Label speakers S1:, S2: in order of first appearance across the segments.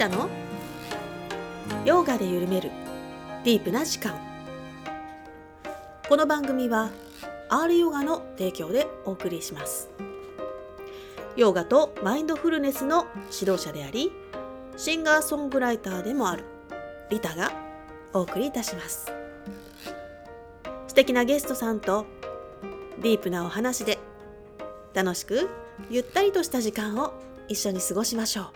S1: タのヨガで緩めるディープな時間。この番組は R ヨガの提供でお送りします。ヨガとマインドフルネスの指導者であり、シンガーソングライターでもあるリタがお送りいたします。素敵なゲストさんとディープなお話で楽しくゆったりとした時間を一緒に過ごしましょう。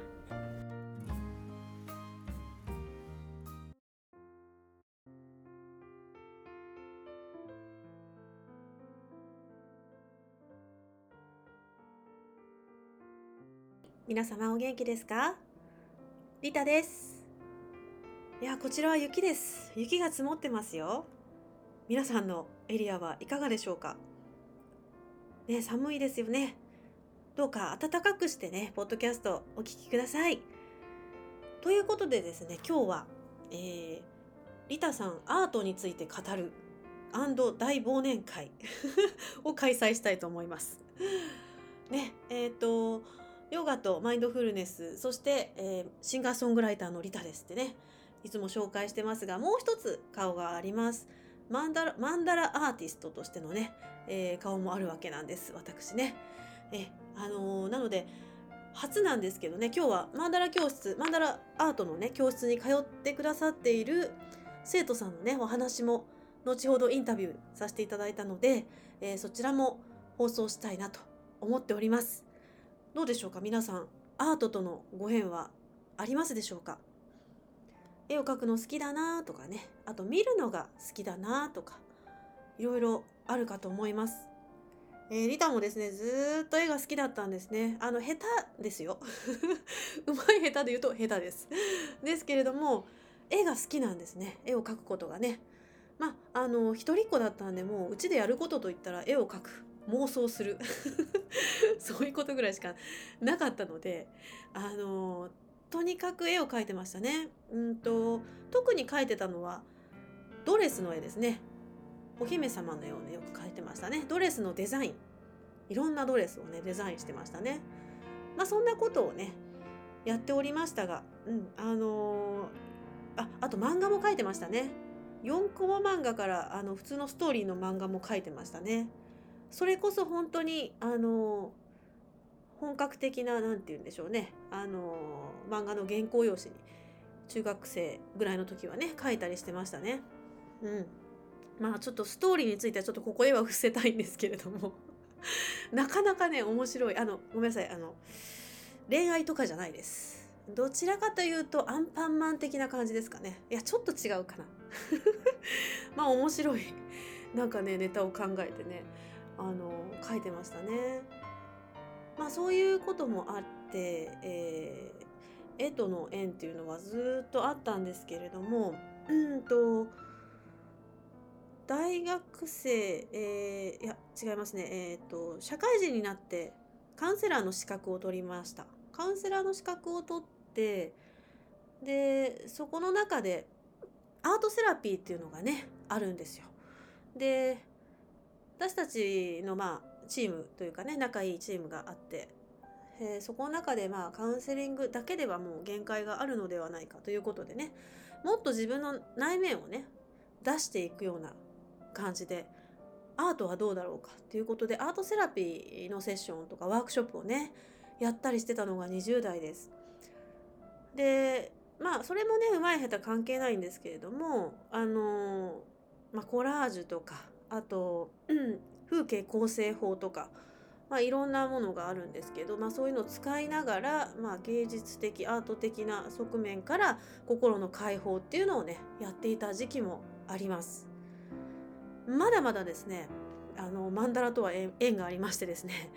S1: 皆様お元気ですか？リタです。いや、こちらは雪です。雪が積もってますよ。皆さんのエリアはいかがでしょうか？ね、寒いですよね。どうか暖かくしてね、ポッドキャストお聞きください。ということでですね、今日は、リタさんアートについて語る大忘年会を開催したいと思います。ね、ヨガとマインドフルネス、そして、シンガーソングライターのリタですってね、いつも紹介してますが、もう一つ顔があります。マンダラアーティストとしてのね、顔もあるわけなんです、私ね。なので、初なんですけどね、今日はマンダラアートのね、教室に通ってくださっている生徒さんのね、お話も後ほどインタビューさせていただいたので、そちらも放送したいなと思っております。どうでしょうか、皆さん、アートとのご縁はありますでしょうか？絵を描くの好きだなとかね、あと見るのが好きだなとか、いろいろあるかと思います。リタもですね、ずーっと絵が好きだったんですね。下手ですよ。うまい下手で言うと下手です。ですけれども、絵が好きなんですね。絵を描くことがね。一人っ子だったんで、もううちでやることといったら絵を描く。妄想するそういうことぐらいしかなかったので、とにかく絵を描いてましたね。特に描いてたのはドレスの絵ですね。お姫様の絵をね、よく描いてましたね。ドレスのデザイン、いろんなドレスをね、デザインしてましたね。そんなことをね、やっておりましたが、あと漫画も描いてましたね。4コマ漫画から普通のストーリーの漫画も描いてましたね。それこそ本当に本格的な、なんて言うんでしょうね、漫画の原稿用紙に中学生ぐらいの時はね、書いたりしてましたね。ちょっとストーリーについてはちょっとここでは伏せたいんですけれどもなかなかね、面白い。ごめんなさい。恋愛とかじゃないです。どちらかというとアンパンマン的な感じですかね。いや、ちょっと違うかな面白いなんかね、ネタを考えてね、書いてましたね。そういうこともあって、絵との縁っていうのはずっとあったんですけれども、大学生、いや違いますね。社会人になってカウンセラーの資格を取りました。カウンセラーの資格を取って、で、そこの中でアートセラピーっていうのがね、あるんですよ。で、私たちのチームというかね、仲いいチームがあって、そこの中でカウンセリングだけではもう限界があるのではないかということでね、もっと自分の内面をね、出していくような感じで、アートはどうだろうかということで、アートセラピーのセッションとかワークショップをね、やったりしてたのが20代です。で、それもね、うまい下手関係ないんですけれども、コラージュとか、あと、風景構成法とか、いろんなものがあるんですけど、そういうのを使いながら、芸術的、アート的な側面から心の解放っていうのをね、やっていた時期もあります。まだまだですね、マンダラとは縁がありましてですね、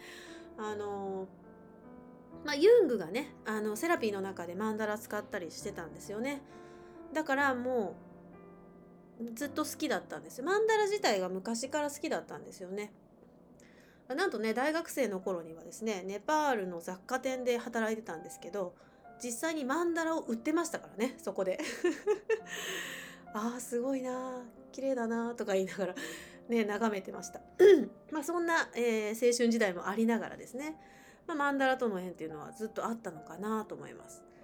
S1: ユングがね、セラピーの中でマンダラ使ったりしてたんですよね。だからもうずっと好きだったんですよ。マンダラ自体が昔から好きだったんですよね。なんとね、大学生の頃にはですね、ネパールの雑貨店で働いてたんですけど、実際にマンダラを売ってましたからね、そこで。ああ、すごいな、綺麗だなとか言いながらね、眺めてました。そんな、青春時代もありながらですね、マンダラとの縁っていうのはずっとあったのかなと思います。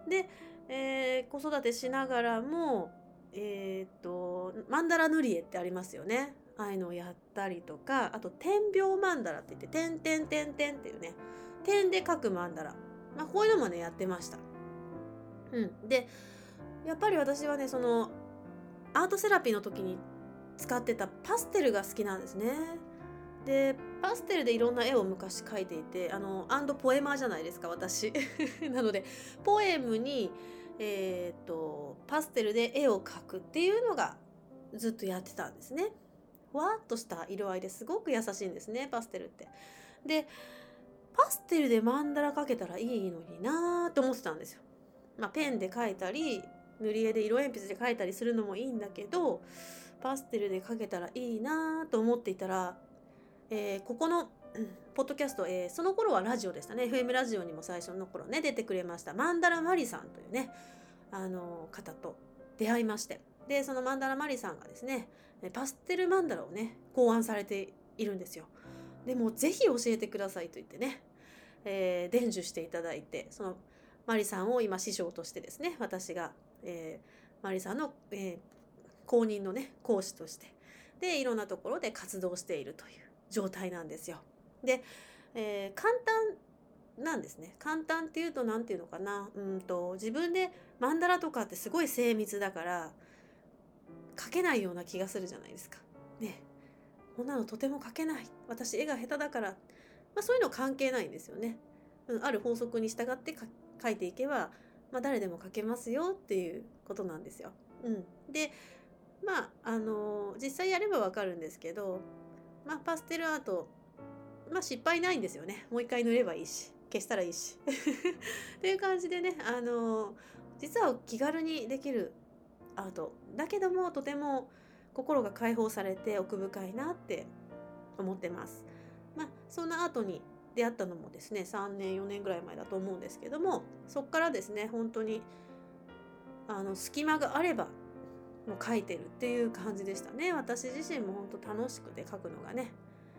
S1: で、子育てしながらも、マンダラ塗り絵ってありますよね。ああいうのをやったりとか、あと点描マンダラって言って、点点点点っていうね、点で描くマンダラ。こういうのもね、やってました。で、やっぱり私はね、そのアートセラピーの時に使ってたパステルが好きなんですね。で、パステルでいろんな絵を昔描いていて、アンドポエマーじゃないですか、私。なので、ポエムに、パステルで絵を描くっていうのがずっとやってたんですね。ふわっとした色合いですごく優しいんですね、パステルって。で、パステルでマンダラ描けたらいいのになーと思ってたんですよ。ペンで描いたり、塗り絵で色鉛筆で描いたりするのもいいんだけど、パステルで描けたらいいなと思っていたら、ここの、ポッドキャスト、その頃はラジオでしたね。FM ラジオにも最初の頃ね、出てくれました。マンダラマリさんというね、方と出会いまして。で、そのマンダラマリさんがですね、パステルマンダラをね、考案されているんですよ。でも、ぜひ教えてくださいと言ってね、伝授していただいて、そのマリさんを今師匠としてですね、私が、マリさんの、公認のね、講師として、で、いろんなところで活動しているという状態なんですよ。で、簡単なんですね。簡単っていうと何ていうのかな、自分でマンダラとかってすごい精密だから描けないような気がするじゃないですか。ね、こんなのとても描けない。私絵が下手だから、そういうの関係ないんですよね。ある法則に従って描いていけば、誰でも描けますよっていうことなんですよ。で、実際やればわかるんですけど、パステルアート、失敗ないんですよね。もう一回塗ればいいし、消したらいいし。っていう感じでね、実は気軽にできるアート。だけども、とても心が解放されて奥深いなって思ってます。そんなアートに出会ったのもですね、3年、4年ぐらい前だと思うんですけども、そっからですね、本当に、隙間があれば、もう描いてるっていう感じでしたね。私自身も本当楽しくて描くのがね。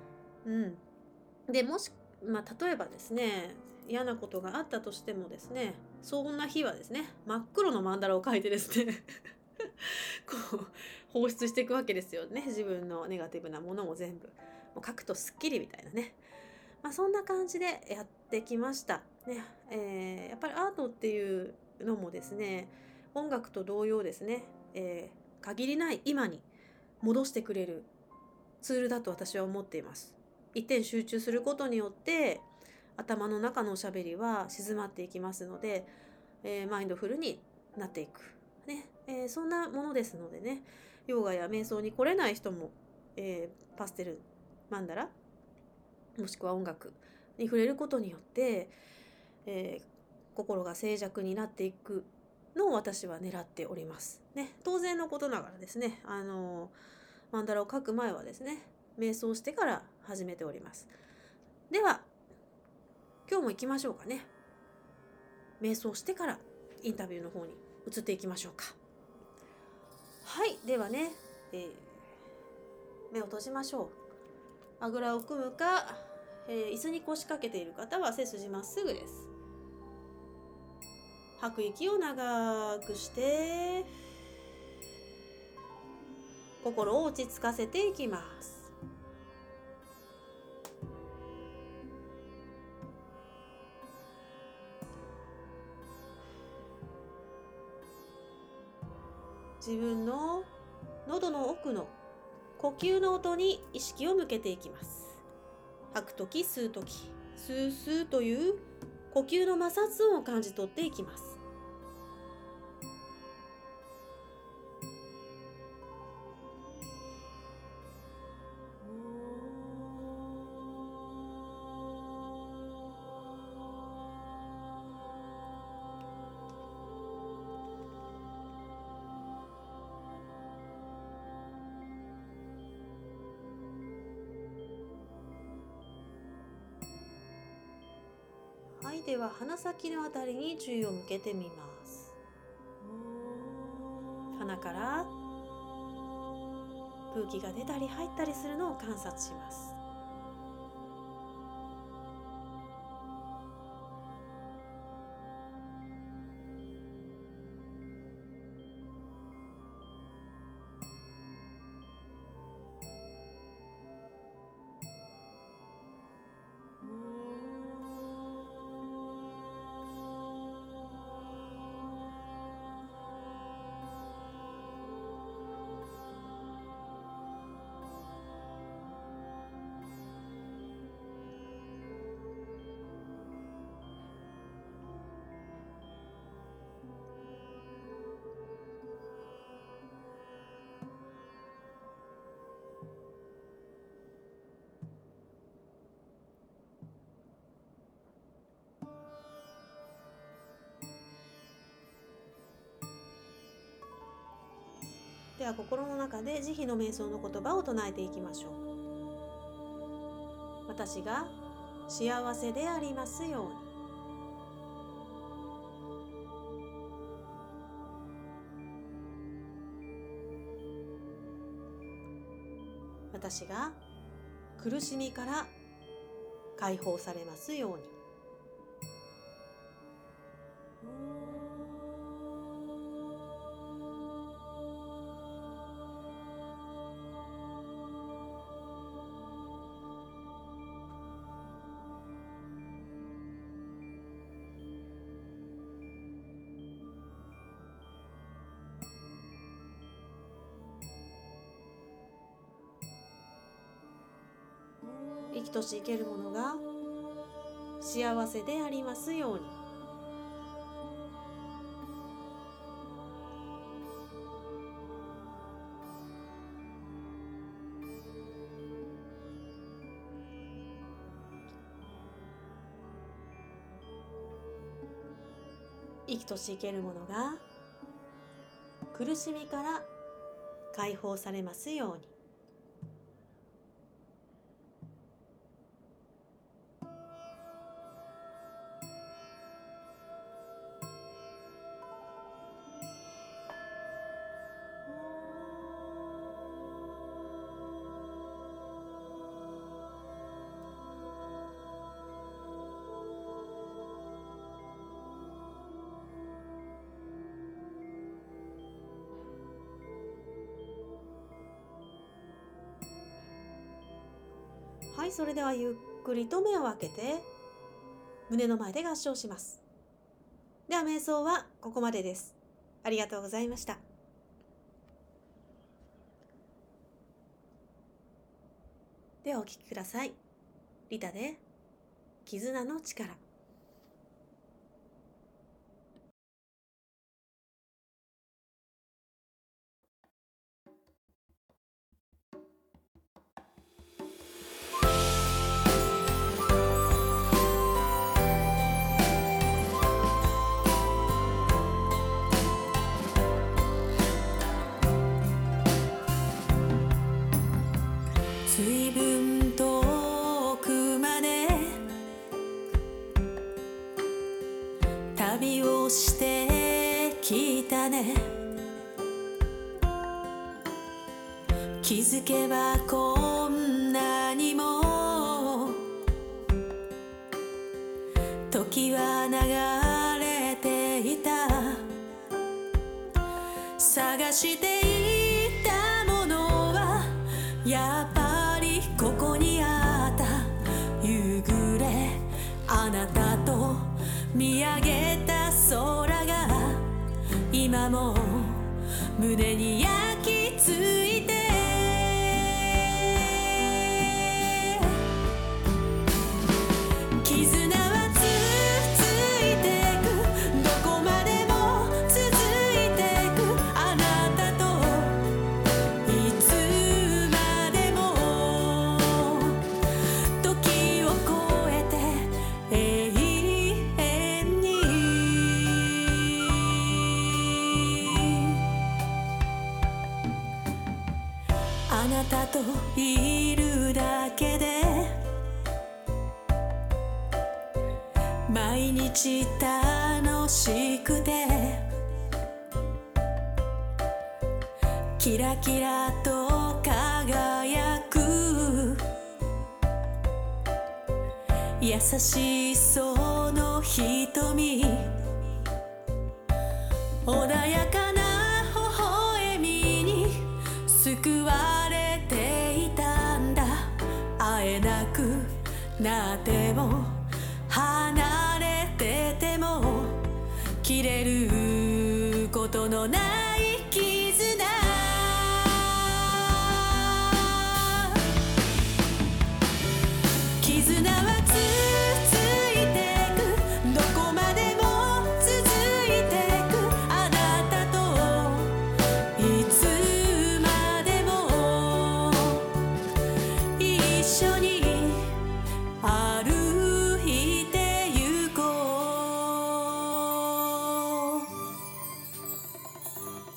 S1: で、もし、例えばですね、嫌なことがあったとしてもですね、そんな日はですね、真っ黒のマンダラを描いてですねこう、放出していくわけですよね。自分のネガティブなものも全部。もう描くとすっきりみたいなね。そんな感じでやってきました。ね、やっぱりアートっていうのもですね、音楽と同様ですね、限りない今に戻してくれるツールだと私は思っています。一点集中することによって頭の中のおしゃべりは静まっていきますので、マインドフルになっていく、ねそんなものですのでね、ヨガや瞑想に来れない人も、パステルマンダラもしくは音楽に触れることによって、心が静寂になっていくのを私は狙っております。ね、当然のことながらですね、マンダラを描く前はですね、瞑想してから始めております。では、今日も行きましょうかね。瞑想してからインタビューの方に移っていきましょうか。はい、ではね、目を閉じましょう。あぐらを組むか、椅子に腰掛けている方は背筋まっすぐです。吐く息を長くして心を落ち着かせていきます。自分の喉の奥の呼吸の音に意識を向けていきます。吐くとき、吸うとき、スースーという呼吸の摩擦音を感じ取っていきます。はい、では鼻先のあたりに注意を向けてみます。鼻から空気が出たり入ったりするのを観察します。 は心の中で慈悲の瞑想の言葉を唱えていきましょう。私が幸せでありますように。私が苦しみから解放されますように。生きとし生けるものが幸せでありますように。生きとし生けるものが苦しみから解放されますように。はい、それではゆっくりと目を開けて胸の前で合掌します。では瞑想はここまでです。ありがとうございました。ではお聞きください。リタで絆の力。随分遠くまで旅をしてきたね。気づけばこんなにも時は流れていた。探していたものはやっぱりここにあった。夕暮れあなたと見上げた空が今も胸に焼き付いて、絆はついてく、どこまでも続いてく。あなたといつまでも時を超えて永遠に。あなたといるだけで毎日楽しくて、キラキラと輝く優しいその瞳、穏やかな微笑みに救われていたんだ。会えなくなっても離れてても切れることのない絆。絆はついてく、どこまでも続いてく。あなたといつまでも一緒に歩いてゆこう。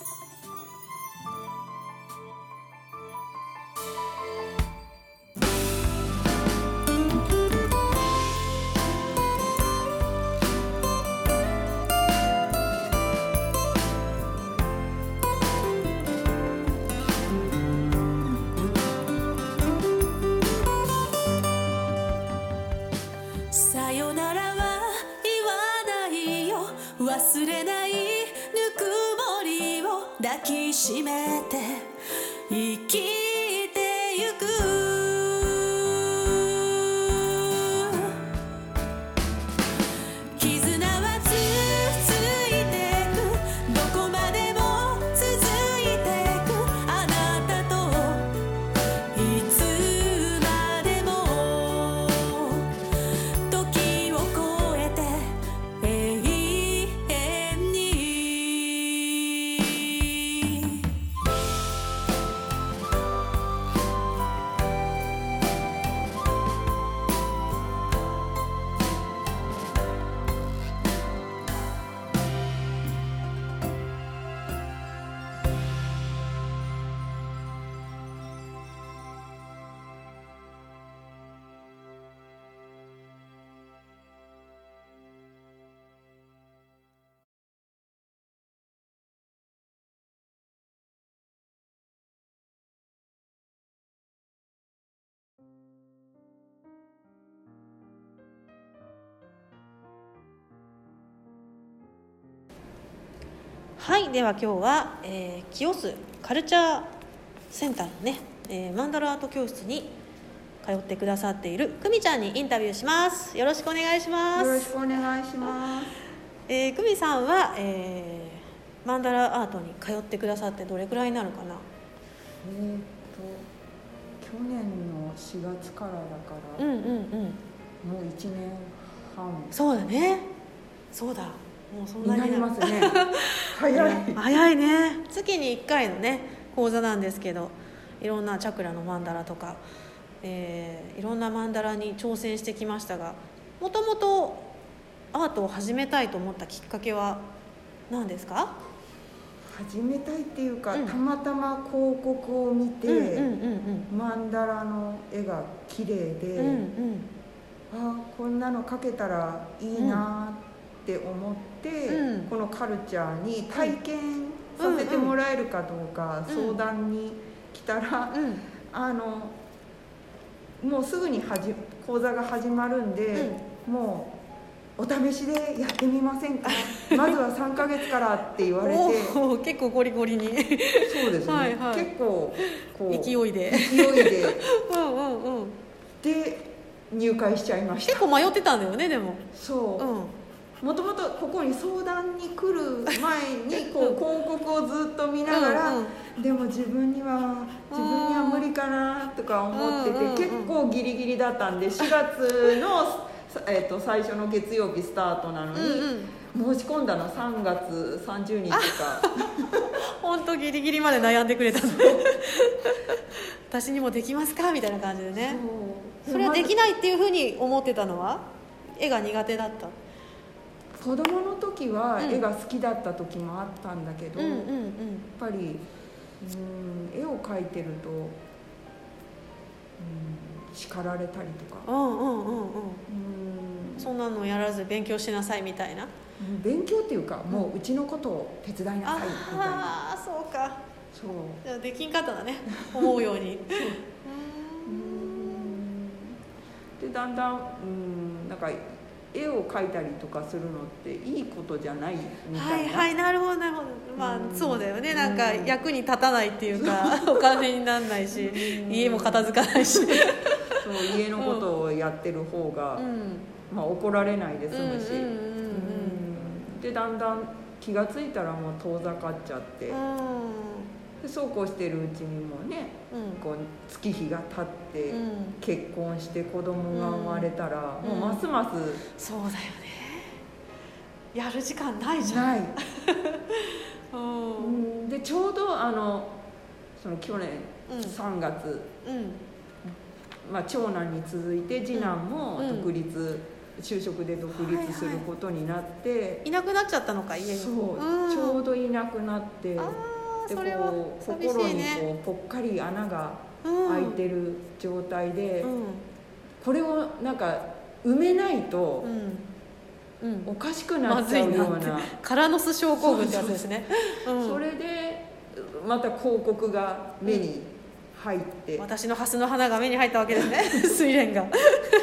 S2: きしめて生きてゆく絆は続いてくどこまでも続いてくあなたといつまでも時を超えて永遠に
S1: はい、では今日は、清須カルチャーセンターのね、マンダラアート教室に通ってくださっている久美ちゃんにインタビューします。よろしくお願いします。
S3: よろしくお願いします。
S1: 久美さんは、マンダラアートに通ってくださってどれくらいになるかな。
S3: 去年の4月からだから、
S1: もう
S3: 1年半
S1: そうだね。そうだ。もうそんなに
S3: なりますね。早い。
S1: 早いね。月に1回のね講座なんですけど、いろんなチャクラのマンダラとか、いろんなマンダラに挑戦してきましたが、もともとアートを始めたいと思ったきっかけは何ですか？
S3: 始めたいっていうか、
S1: うん
S3: たまたま広告を見て、
S1: うん
S3: マンダラの絵が綺麗で、
S1: うんうん
S3: こんなの描けたらいいなって思って、
S1: うん
S3: このカルチャーに体験させてもらえるかどうか相談に来たら、もうすぐに講座が始まるんで、もうお試しでやってみませんかまずは3ヶ月からって言われて
S1: 結構ゴリゴリに
S3: そうですね、
S1: はいはい、
S3: 結構こう
S1: 勢いで
S3: で入会しちゃいました。
S1: 結構迷ってたんだよね。でも
S3: そうもともとここに相談に来る前にこう広告をずっと見ながら、でも自分には無理かなとか思ってて、結構ギリギリだったんで4月の最初の月曜日スタートなのに、申し込んだの3月30日とか
S1: 本当ギリギリまで悩んでくれたの私にもできますかみたいな感じでね。それはできないっていうふうに思ってたのは絵が苦手だった？
S3: 子供の時は絵が好きだった時もあったんだけど、やっぱり絵を描いてると叱られたりとか、
S1: そんなのやらず勉強しなさいみたいな。
S3: 勉強っていうか、もううちのことを手伝いなさいみたいな。
S1: ああそうか。
S3: そう
S1: じゃあできんかったんだね思うように
S3: でだんだんなんか絵を描いたりとかするのっていいことじゃないみたいな。
S1: はいはい、なるほどなるほど。まあそうだよね。なんか役に立たないっていうかお金にならないし家も片付かないしそう
S3: 家のことをやってる方が、まあ、怒られないで済むし、でだんだん気が付いたらもう遠ざかっちゃって、でそうこうしてるうちにもね、こう月日が経って、結婚して子供が生まれたら、もうますます
S1: そうだよね。やる時間ないじゃん。
S3: ないでちょうどその去年3月、まあ、長男に続いて次男も独立、就職で独立することになって、
S1: いなくなっちゃったのか家に。
S3: そうちょうどいなくなって、で
S1: それは
S3: こう
S1: 寂しいね。
S3: 心にこうぽっかり穴が開いてる状態で、これをなんか埋めないとおかしくなっちゃうような、
S1: カラノス症候群ってやつですね。
S3: それでまた広告が目に入って、
S1: 私のハスの花が目に入ったわけですね睡蓮が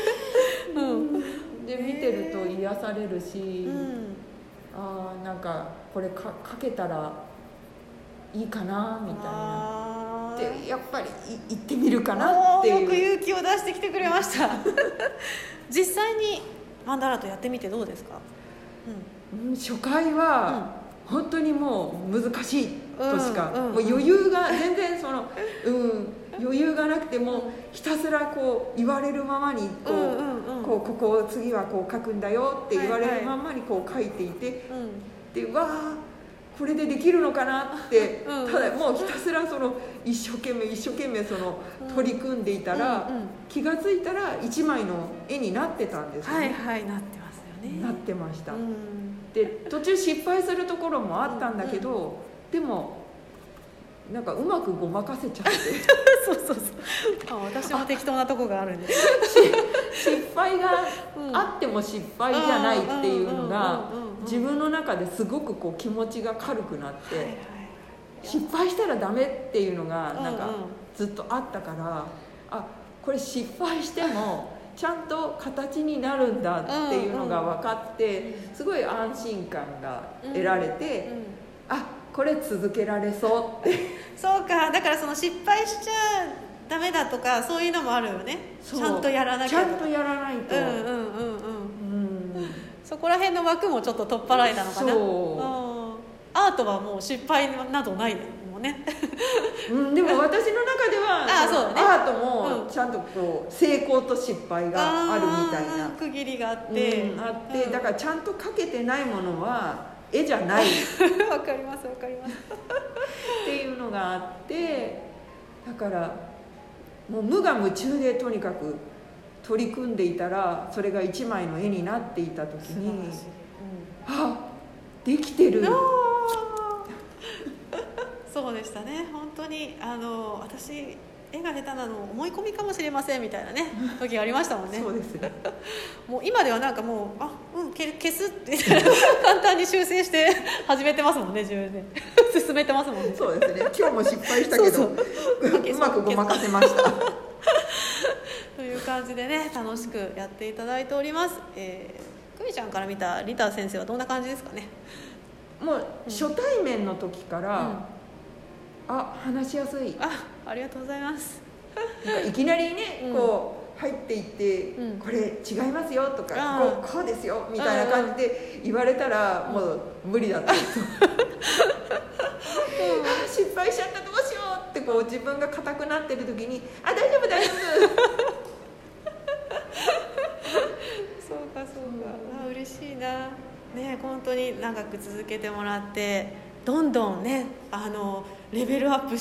S3: で見てると癒されるし、なんかこれかけたらいいかなみたいな
S1: あー
S3: でやっぱり行ってみるかなっていう。
S1: よく勇気を出してきてくれました実際にマンダラートやってみてどうですか？
S3: 初回は本当にもう難しいとしか、
S1: うん
S3: もう余裕が全然余裕がなくてもひたすらこう言われるままにここを次はこう書くんだよって言われるままにこう書いていて、でわあこれでできるのかなってただもうひたすら一生懸命取り組んでいたら、気がついたら一枚の絵になってたんですよね。
S1: はいなってますよね。
S3: なってました、で途中失敗するところもあったんだけど、でもなんかうまくごまかせちゃって
S1: そう私も適当なとこがあるんです
S3: 失敗があっても失敗じゃないっていうのが自分の中ですごくこう気持ちが軽くなって、失敗したらダメっていうのがなんかずっとあったから、これ失敗してもちゃんと形になるんだっていうのが分かって、すごい安心感が得られて、これ続けられそうって
S1: そうか、だからその失敗しちゃダメだとかそういうのもあるよね。ちゃんとやらなきゃ
S3: ちゃんとやらないと、
S1: そこら辺の枠もちょっと取っ払えたのかな。アートはもう失敗などないもんね
S3: でも私の中では
S1: そうだね、
S3: アートもちゃんとこう成功と失敗があるみたいな
S1: 区切りがあって、
S3: だからちゃんと描けてないものは絵じゃない
S1: わかります
S3: っていうのがあって、だからもう無我夢中でとにかく取り組んでいたら、それが一枚の絵になっていた時に、できてる
S1: そうでしたね。本当に私絵が下手なの思い込みかもしれませんみたいなね時がありましたもんね。
S3: そうですね
S1: もう今ではなんかもう消すって簡単に修正して始めてますもんね。自分で進めてますもんね。
S3: そうですね。今日も失敗したけどうまくごまかせました
S1: という感じでね、楽しくやっていただいております。久美ちゃんから見たリタ先生はどんな感じですかね？
S3: もう初対面の時から、話しやすい、
S1: ありがとうございます。
S3: なんかいきなりね、こう入っていって、これ違いますよとか、こうですよみたいな感じで言われたらもう無理だったんですよ失敗しちゃったどうしようってこう自分が硬くなってる時に大丈夫大丈夫
S1: そうか嬉しいなね。本当に長く続けてもらってどんどんねレベルアップして、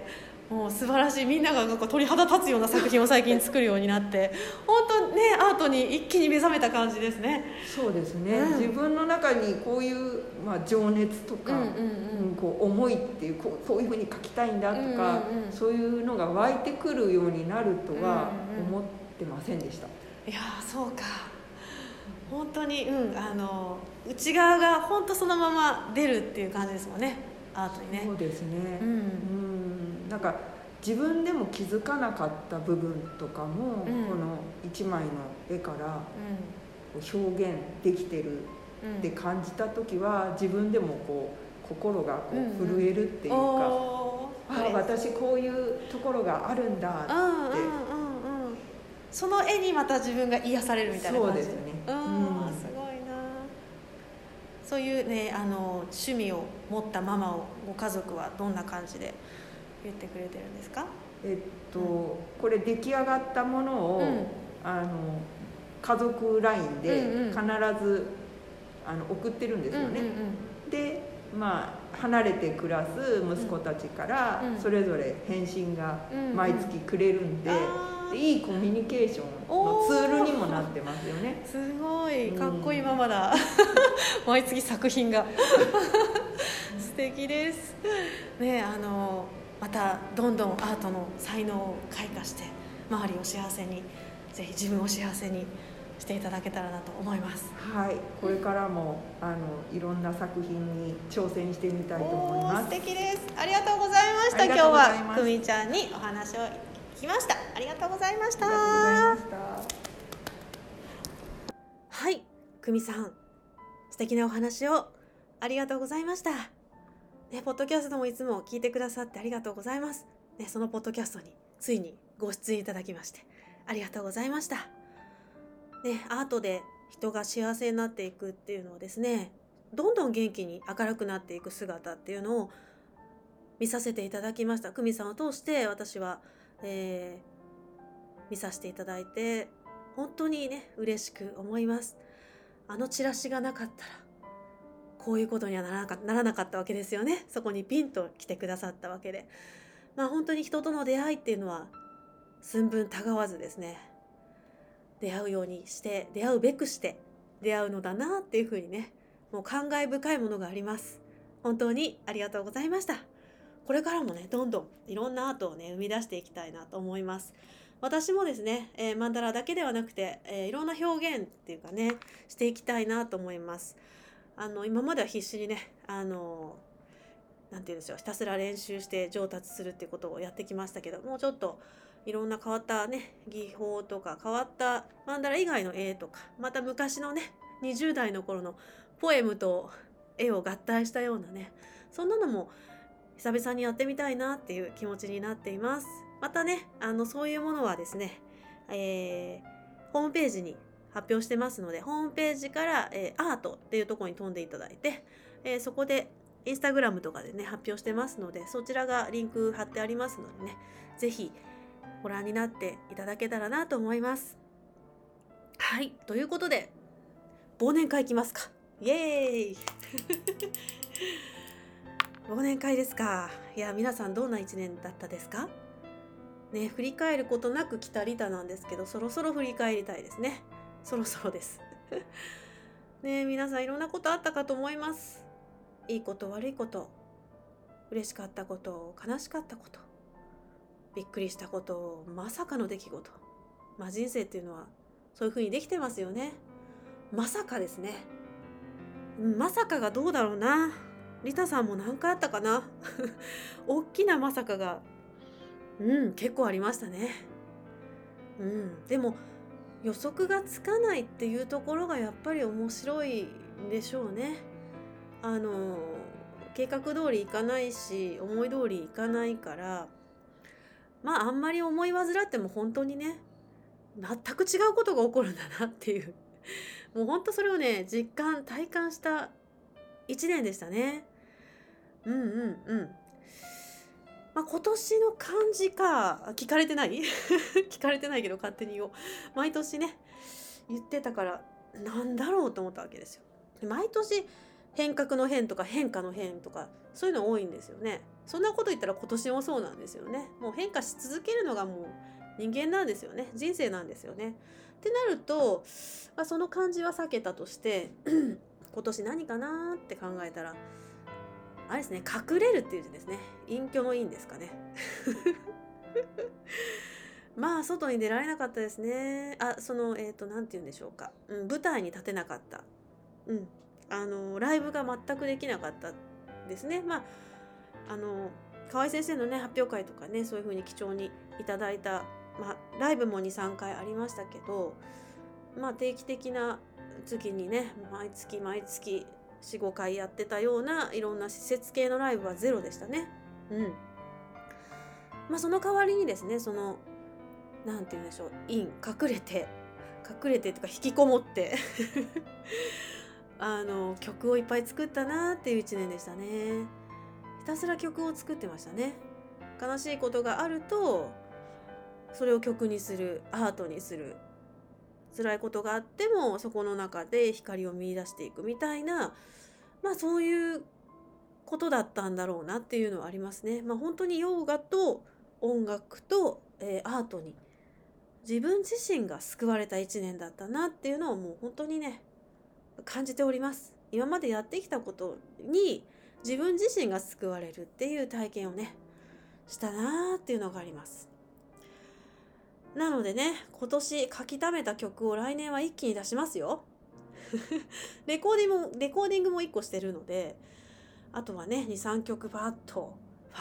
S1: もう素晴らしい、みんながなんか鳥肌立つような作品を最近作るようになって本当ね、アートに一気に目覚めた感じですね。
S3: そうですね、自分の中にこういう、情熱とか、こう思いっていうこういうふうに描きたいんだとか、そういうのが湧いてくるようになるとは思ってませんでした。
S1: いやそうか、本当に内側が本当そのまま出るっていう感じですもんね、アートにね。
S3: そうですね、なんか自分でも気づかなかった部分とかも、この一枚の絵から表現できてるって感じた時は、自分でもこう心がこう震えるっていうか、私こういうところがあるんだって、
S1: その絵にまた自分が癒されるみたいな感じ。
S3: そうですね、
S1: すごいな。そういうね趣味を持ったママをご家族はどんな感じで言ってくれてるんですか？
S3: これ出来上がったものを、家族 LINE で必ず、送ってるんですよね。で離れて暮らす息子たちからそれぞれ返信が毎月くれるんで、いいコミュニケーションのツールにもなってますよね。
S1: すごいかっこいいママだ、毎月作品が素敵ですね。またどんどんアートの才能を開花して周りを幸せに、ぜひ自分を幸せにしていただけたらなと思います。
S3: はい、これからもいろんな作品に挑戦してみたいと思います。
S1: 素敵です。ありがとうございました。今日は久美ちゃんにお話を聞きました。ありがとうございました。はい、久美さん、素敵なお話をありがとうございました。 ね、ポッドキャストもいつも聞いてくださってありがとうございます。ね、そのポッドキャストについにご出演いただきましてありがとうございました。ね、アートで人が幸せになっていくっていうのをですね、どんどん元気に明るくなっていく姿っていうのを見させていただきました。久美さんを通して私は、見させていただいて本当にね嬉しく思います。あのチラシがなかったらこういうことにはならなかったわけですよね。そこにピンと来てくださったわけで、本当に人との出会いっていうのは寸分たがわずですね、出会うようにして出会うべくして出会うのだなっていうふうにね、もう感慨深いものがあります。本当にありがとうございました。これからもねどんどんいろんなアートをね生み出していきたいなと思います。私もですね、マンダラだけではなくて、いろんな表現っていうかねしていきたいなと思います。今までは必死にねなんて言うんでしょう、ひたすら練習して上達するっていうことをやってきましたけど、もうちょっといろんな変わったね技法とか変わったマンダラ以外の絵とか、また昔のね20代の頃のポエムと絵を合体したようなね、そんなのも久々にやってみたいなっていう気持ちになっています。またねそういうものはですね、ホームページに発表してますので、ホームページから、アートっていうところに飛んでいただいて、そこでインスタグラムとかでね発表してますので、そちらがリンク貼ってありますのでね、ぜひご覧になっていただけたらなと思います。はい、ということで忘年会いきますか。イエーイ忘年会ですか。いや皆さんどんな1年だったですかね。振り返ることなく来たリタなんですけど、そろそろ振り返りたいですね。そろそろですね。皆さんいろんなことあったかと思います。いいこと悪いこと、嬉しかったこと、悲しかったこと、びっくりしたこと、まさかの出来事。人生っていうのはそういう風にできてますよね。まさかですね。まさかがどうだろうな。リタさんも何回あったかな大きなまさかが結構ありましたね。でも予測がつかないっていうところがやっぱり面白いんでしょうね。計画通りいかないし思い通りいかないから、あんまり思い煩っても本当にね全く違うことが起こるんだなっていうもう本当それをね体感した1年でしたね。今年の漢字か聞かれてない聞かれてないけど勝手に言おう。毎年ね言ってたからなんだろうと思ったわけですよ。毎年変革の変とか変化の変とかそういうの多いんですよね。そんなこと言ったら今年もそうなんですよね。もう変化し続けるのがもう人間なんですよね。人生なんですよね。ってなると、その漢字は避けたとして今年何かなって考えたらあれですね、隠れるっていう字ですね。隠居の陰ですかね外に出られなかったですね。なんて言うんでしょうか、舞台に立てなかった、ライブが全くできなかったですね。河合先生のね発表会とかね、そういう風に貴重にいただいた、ライブも 2,3 回ありましたけど、定期的な月にね毎月 4,5 回やってたようないろんな施設系のライブはゼロでしたね。その代わりにですね、なんて言うんでしょう、隠れてとか引きこもって曲をいっぱい作ったなっていう1年でしたね。ひたすら曲を作ってましたね。悲しいことがあるとそれを曲にする、アートにする。辛いことがあってもそこの中で光を見出していくみたいな、そういうことだったんだろうなっていうのはありますね。本当にヨガと音楽と、アートに自分自身が救われた1年だったなっていうのをもう本当にね感じております。今までやってきたことに自分自身が救われるっていう体験をねしたなっていうのがあります。なのでね、今年書き溜めた曲を来年は一気に出しますよレコーディングも1個してるので、あとはね 2,3 曲パッと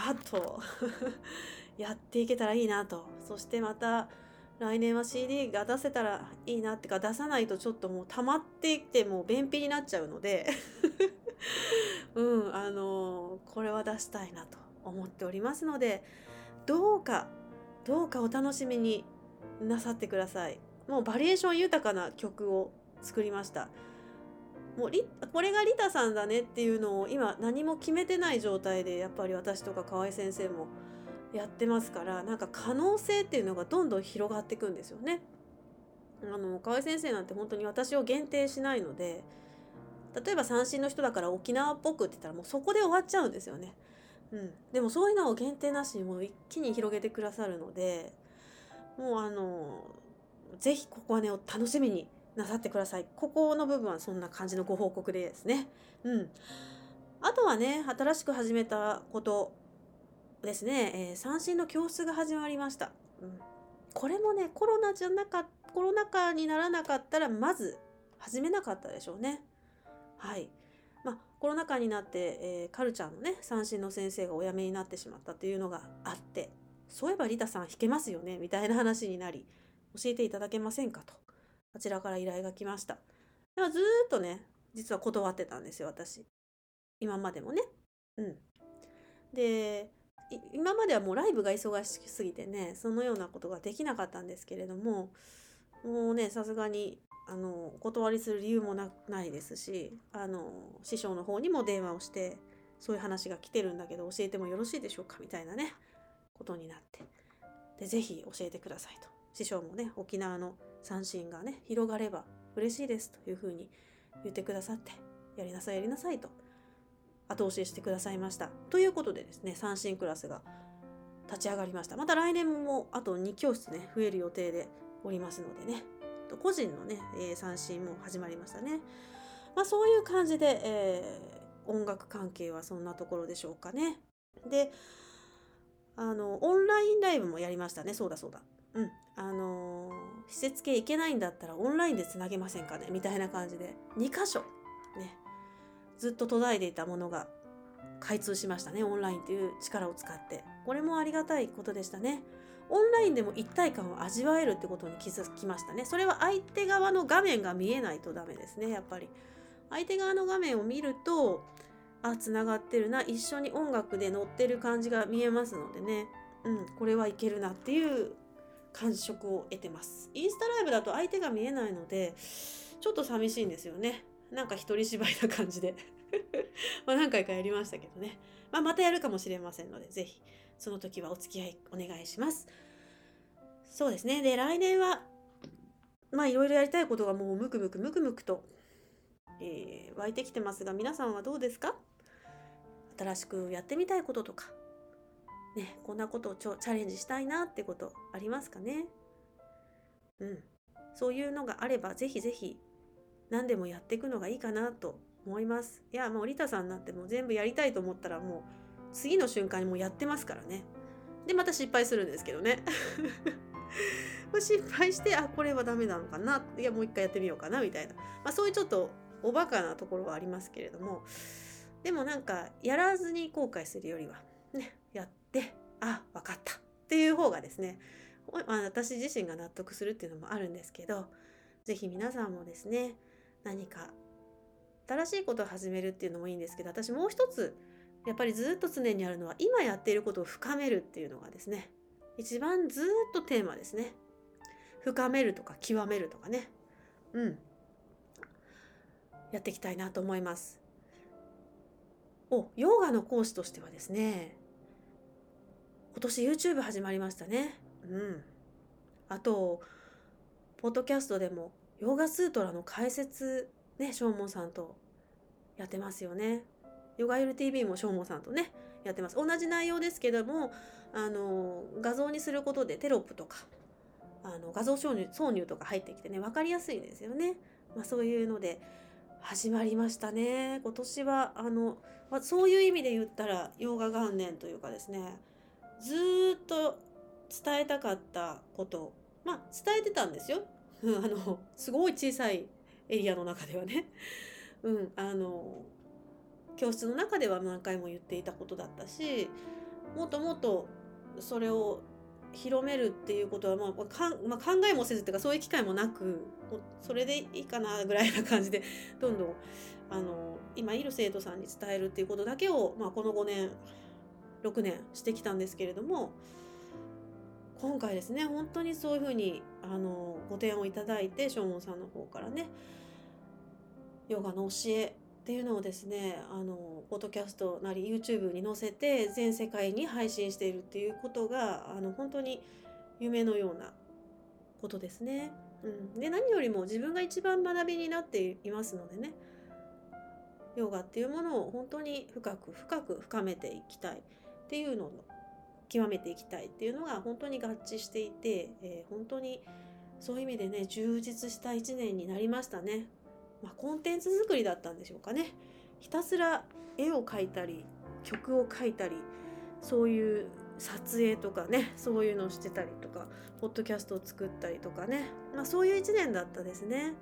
S1: やっていけたらいいなと。そしてまた来年は CD が出せたらいいなってか、出さないとちょっともう溜まっていってもう便秘になっちゃうのでこれは出したいなと思っておりますので、どうかお楽しみになさってください。もうバリエーション豊かな曲を作りました。もうこれがリタさんだねっていうのを今何も決めてない状態で、やっぱり私とか河合先生もやってますから、なんか可能性っていうのがどんどん広がっていくんですよね。河合先生なんて本当に私を限定しないので、例えば三線の人だから沖縄っぽくって言ったらもうそこで終わっちゃうんですよね。でもそういうのを限定なしにもう一気に広げてくださるので、もうぜひここはね楽しみになさってください。ここの部分はそんな感じのご報告ですね。あとはね、新しく始めたことですね、三線の教室が始まりました。これもね、コロナ禍にならなかったらまず始めなかったでしょうね。はい。コロナ禍になって、カルチャーのね三線の先生がお辞めになってしまったというのがあって、そういえばリタさん弾けますよねみたいな話になり、教えていただけませんかとこちらから依頼が来ました。ではずーっとね実は断ってたんですよ、私今までもね。で今まではもうライブが忙しすぎてね、そのようなことができなかったんですけれども、もうねさすがにお断りする理由もないですし、師匠の方にも電話をして、そういう話が来てるんだけど教えてもよろしいでしょうかみたいなねことになって、でぜひ教えてくださいと。師匠もね沖縄の三線がね広がれば嬉しいですというふうに言ってくださって、やりなさいと後押ししてくださいました。ということでですね、三線クラスが立ち上がりました。また来年もあと2教室ね増える予定でおりますのでね、個人のね、三線も始まりましたね。そういう感じで、音楽関係はそんなところでしょうかね。で、オンラインライブもやりましたね。そうだ。施設系行けないんだったらオンラインでつなげませんかねみたいな感じで2箇所ね、ずっと途絶えていたものが開通しましたね。オンラインという力を使って、これもありがたいことでしたね。オンラインでも一体感を味わえるってことに気づきましたね。それは相手側の画面が見えないとダメですね。やっぱり相手側の画面を見ると、つながってるな、一緒に音楽で乗ってる感じが見えますのでね、これはいけるなっていう感触を得てます。インスタライブだと相手が見えないのでちょっと寂しいんですよね。なんか一人芝居な感じで何回かやりましたけどね、またやるかもしれませんので、ぜひその時はお付き合いお願いします。そうですね。で来年はいろいろやりたいことがもうムクムクと、湧いてきてますが、皆さんはどうですか？新しくやってみたいこととかね、こんなことをチャレンジしたいなってことありますかね？そういうのがあればぜひぜひ何でもやっていくのがいいかなと思います。いやもうリタさんなんてもう全部やりたいと思ったらもう次の瞬間にもうやってますからね。でまた失敗するんですけどね失敗してこれはダメなのかな、いやもう一回やってみようかなみたいな、そういうちょっとおバカなところはありますけれども、でもなんかやらずに後悔するよりはね、やって分かったっていう方がですね、私自身が納得するっていうのもあるんですけど、ぜひ皆さんもですね、何か新しいことを始めるっていうのもいいんですけど、私もう一つやっぱりずっと常にあるのは、今やっていることを深めるっていうのがですね、一番ずっとテーマですね。深めるとか極めるとかね、やっていきたいなと思います。ヨガの講師としてはですね、今年 YouTube 始まりましたね。あとポッドキャストでもヨガスートラの解説ね、しょうもんさんとやってますよね。ヨガユル TV もしょうもんさんとねやってます。同じ内容ですけども、画像にすることでテロップとか画像挿入とか入ってきてね、分かりやすいんですよね。そういうので始まりましたね。今年はそういう意味で言ったらヨガ元年というかですね、ずーっと伝えたかったこと伝えてたんですよすごい小さいエリアの中ではね教室の中では何回も言っていたことだったし、もっともっとそれを広めるっていうことは、考えもせずっていうか、そういう機会もなく、それでいいかなぐらいな感じでどんどん今いる生徒さんに伝えるっていうことだけを、この5年6年してきたんですけれども、今回ですね、本当にそういうふうにご提案をいただいて、ショーモンさんの方からね、ヨガの教えっていうのをですね、ポッドキャストなり YouTube に載せて全世界に配信しているっていうことが本当に夢のようなことですね。で、何よりも自分が一番学びになっていますのでね、ヨガっていうものを本当に深く深く深めていきたいっていうのを極めていきたいっていうのが本当に合致していて、本当にそういう意味でね、充実した1年になりましたね。コンテンツ作りだったんでしょうかね。ひたすら絵を描いたり曲を書いたり、そういう撮影とかね、そういうのをしてたりとか、ポッドキャストを作ったりとかね、そういう1年だったですね。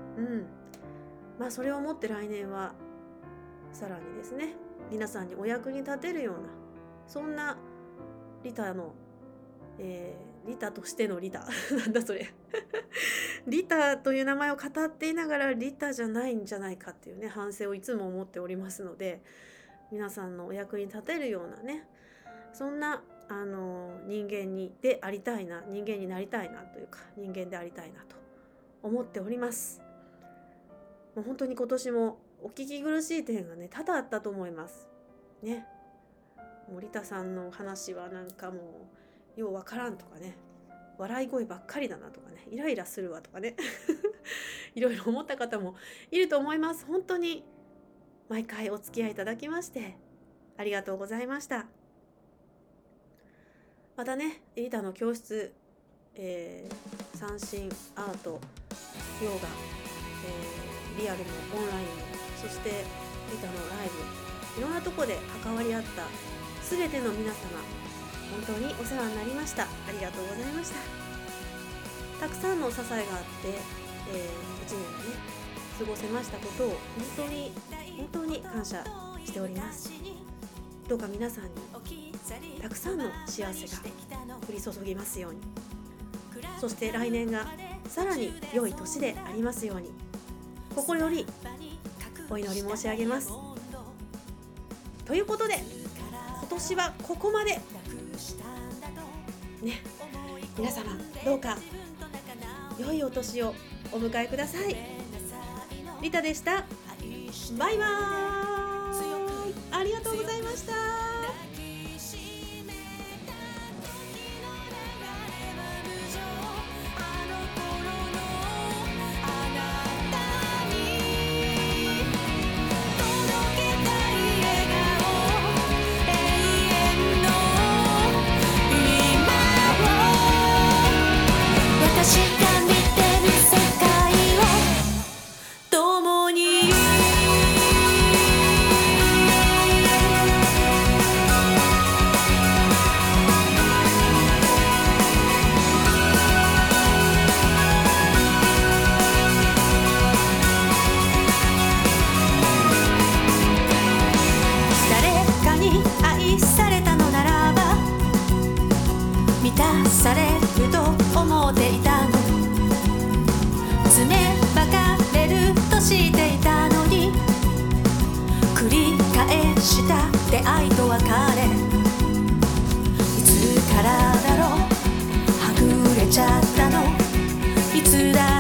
S1: それをもって来年はさらにですね、皆さんにお役に立てるような、そんなリタの、リタとしてのリタなんだそれリタという名前を語っていながらリタじゃないんじゃないかっていうね、反省をいつも思っておりますので、皆さんのお役に立てるようなね、そんな人間になりたいなというか、人間でありたいなと思っております。もう本当に今年もお聞き苦しい点がね、多々あったと思いますね。もうリタさんの話はなんかもうようわからんとかね、笑い声ばっかりだなとかね、イライラするわとかねいろいろ思った方もいると思います。本当に毎回お付き合いいただきましてありがとうございました。またね、リタの教室、三振アート、ヨガ、リアルもオンラインも、そしてリタのライブ、いろんなとこで関わり合ったすべての皆様、本当にお世話になりました。ありがとうございました。たくさんの支えがあって、1年ね過ごせましたことを本当に感謝しております。どうか皆さんにたくさんの幸せが降り注ぎますように、そして来年がさらに良い年でありますように、心よりお祈り申し上げます。ということで、今年はここまでね、皆様どうか良いお年をお迎えください。リタでした。バイバーイ。ありがとうございました。
S2: 私が見てる世界を共に誰かに愛されたのならば満たされると思っていたの、爪ばかれるとしていたのに、繰り返した出会いと別れ、いつからだろうはぐれちゃったの、いつだ